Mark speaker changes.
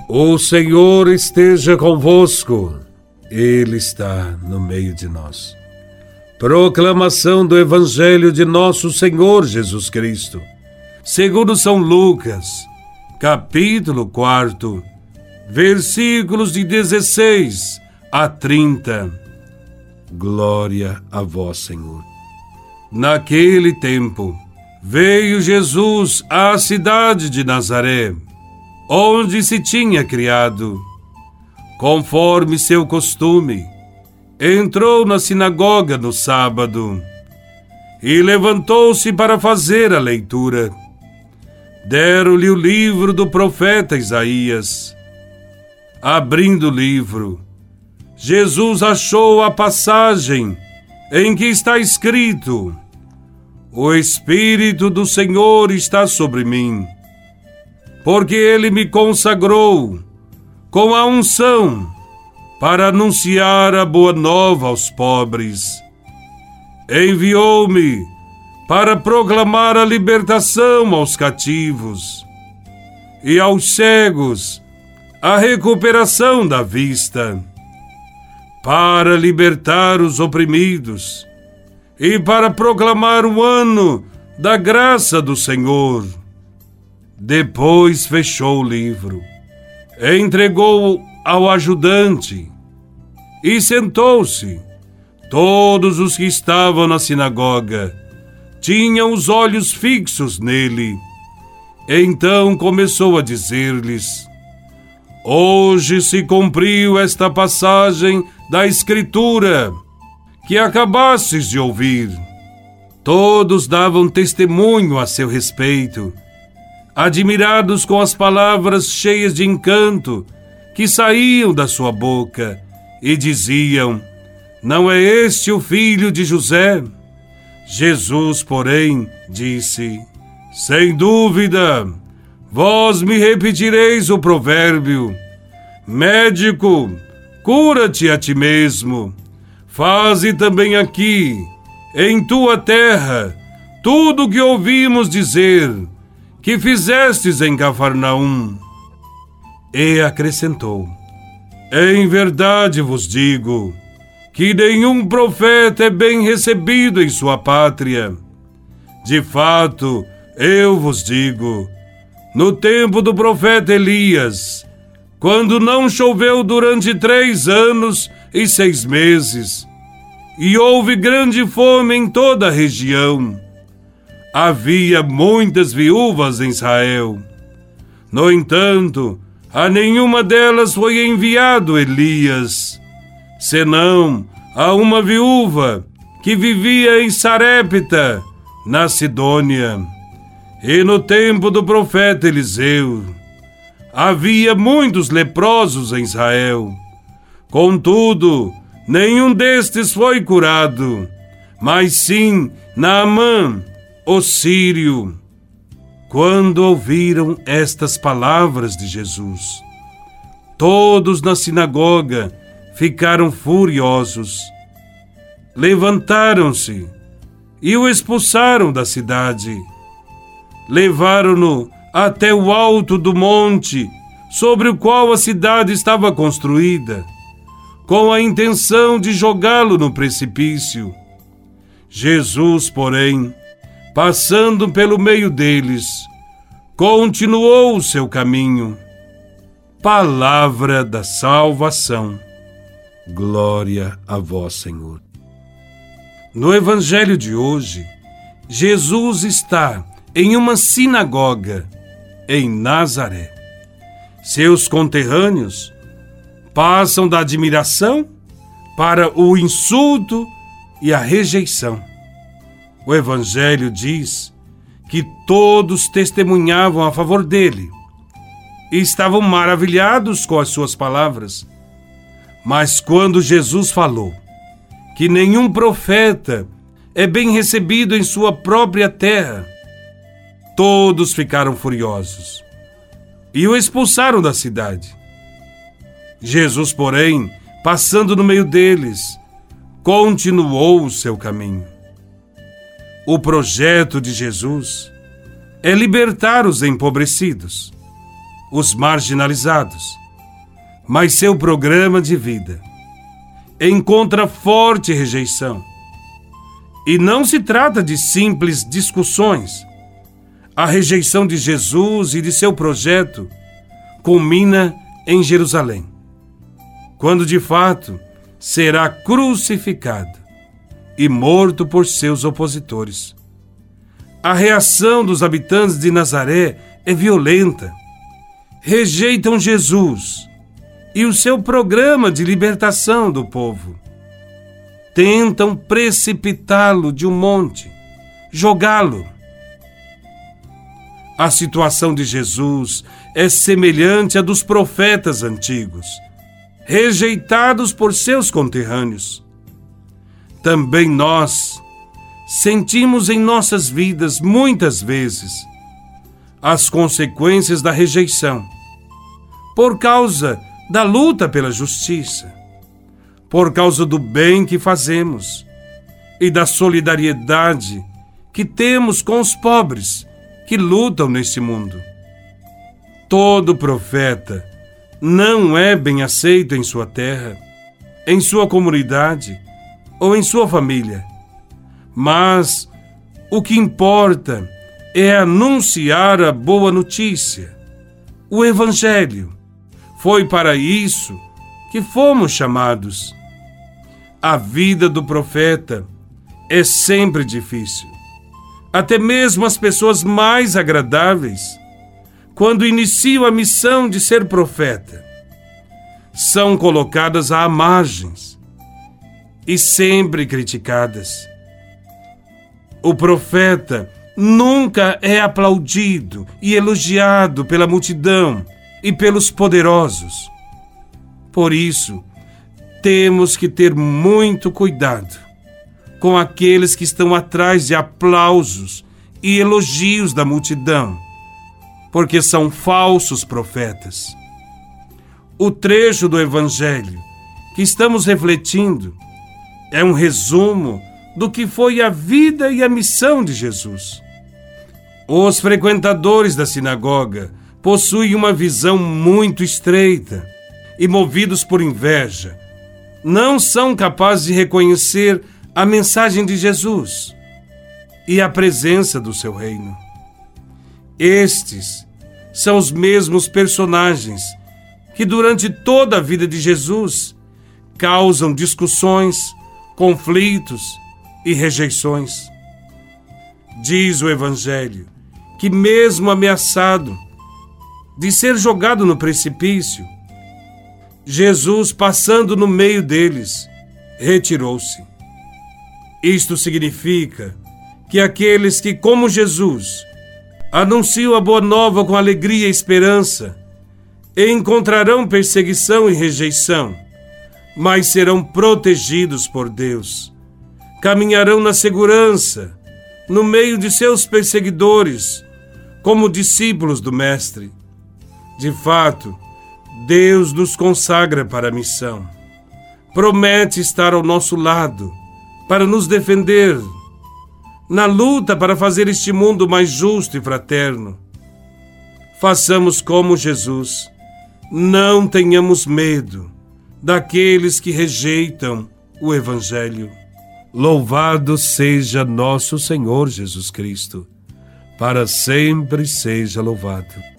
Speaker 1: O Senhor esteja convosco, Ele está no meio de nós. Proclamação do Evangelho de nosso Senhor Jesus Cristo, segundo São Lucas, capítulo 4, versículos de 16 a 30. Glória a vós, Senhor. Naquele tempo, veio Jesus à cidade de Nazaré, onde se tinha criado. Conforme seu costume, entrou na sinagoga no sábado e levantou-se para fazer a leitura. Deram-lhe o livro do profeta Isaías. Abrindo o livro, Jesus achou a passagem em que está escrito: O Espírito do Senhor está sobre mim, porque Ele me consagrou com a unção para anunciar a boa nova aos pobres. Enviou-me para proclamar a libertação aos cativos e aos cegos a recuperação da vista, para libertar os oprimidos e para proclamar o ano da graça do Senhor. Depois fechou o livro, entregou-o ao ajudante e sentou-se. Todos os que estavam na sinagoga tinham os olhos fixos nele. Então começou a dizer-lhes: Hoje se cumpriu esta passagem da Escritura que acabastes de ouvir. Todos davam testemunho a seu respeito, admirados com as palavras cheias de encanto que saíam da sua boca, e diziam: Não é este o filho de José? Jesus, porém, disse: Sem dúvida, vós me repetireis o provérbio: Médico, cura-te a ti mesmo. Faze também aqui, em tua terra, tudo o que ouvimos dizer que fizestes em Cafarnaum. E acrescentou: Em verdade vos digo que nenhum profeta é bem recebido em sua pátria. De fato, eu vos digo, no tempo do profeta Elias, quando não choveu durante 3 anos e 6 meses, e houve grande fome em toda a região, havia muitas viúvas em Israel. No entanto, a nenhuma delas foi enviado Elias, senão a uma viúva que vivia em Sarepta, na Sidônia. E no tempo do profeta Eliseu, havia muitos leprosos em Israel. Contudo, nenhum destes foi curado, mas sim Naamã, o sírio. Quando ouviram estas palavras de Jesus, todos na sinagoga ficaram furiosos. Levantaram-se e o expulsaram da cidade. Levaram-no até o alto do monte sobre o qual a cidade estava construída, com a intenção de jogá-lo no precipício. Jesus, porém, passando pelo meio deles, continuou o seu caminho. Palavra da salvação. Glória a vós, Senhor. No Evangelho de hoje, Jesus está em uma sinagoga em Nazaré. Seus conterrâneos passam da admiração para o insulto e a rejeição. O Evangelho diz que todos testemunhavam a favor dele e estavam maravilhados com as suas palavras. Mas quando Jesus falou que nenhum profeta é bem recebido em sua própria terra, todos ficaram furiosos e o expulsaram da cidade. Jesus, porém, passando no meio deles, continuou o seu caminho. O projeto de Jesus é libertar os empobrecidos. os marginalizados. Mas seu programa de vida encontra forte rejeição. E não se trata de simples discussões. A rejeição de Jesus e de seu projeto culmina em Jerusalém, quando de fato será crucificado e morto por seus opositores. A reação dos habitantes de Nazaré é violenta. Rejeitam Jesus e o seu programa de libertação do povo. Tentam precipitá-lo de um monte, jogá-lo. A situação de Jesus é semelhante à dos profetas antigos, rejeitados por seus conterrâneos. Também nós sentimos em nossas vidas, muitas vezes, as consequências da rejeição, por causa da luta pela justiça, por causa do bem que fazemos e da solidariedade que temos com os pobres que lutam neste mundo. Todo profeta não é bem aceito em sua terra, em sua comunidade ou em sua família. Mas o que importa é anunciar a boa notícia, o Evangelho. Foi para isso que fomos chamados. A vida do profeta é sempre difícil. Até mesmo as pessoas mais agradáveis, quando iniciam a missão de ser profeta, são colocadas à margens e sempre criticadas. O profeta nunca é aplaudido e elogiado pela multidão e pelos poderosos. Por isso, temos que ter muito cuidado com aqueles que estão atrás de aplausos e elogios da multidão, porque são falsos profetas. O trecho do Evangelho que estamos refletindo é um resumo do que foi a vida e a missão de Jesus. Os frequentadores da sinagoga possuem uma visão muito estreita e, movidos por inveja, não são capazes de reconhecer a mensagem de Jesus e a presença do seu reino. Estes são os mesmos personagens que durante toda a vida de Jesus causam discussões, conflitos e rejeições. Diz o Evangelho que, mesmo ameaçado de ser jogado no precipício, Jesus, passando no meio deles, retirou-se. Isto significa que aqueles que, como Jesus, anunciam a boa nova com alegria e esperança, encontrarão perseguição e rejeição, mas serão protegidos por Deus. Caminharão na segurança, no meio de seus perseguidores, como discípulos do Mestre. De fato, Deus nos consagra para a missão. Promete estar ao nosso lado para nos defender na luta para fazer este mundo mais justo e fraterno. Façamos como Jesus. Não tenhamos medo daqueles que rejeitam o Evangelho. Louvado seja nosso Senhor Jesus Cristo. Para sempre seja louvado.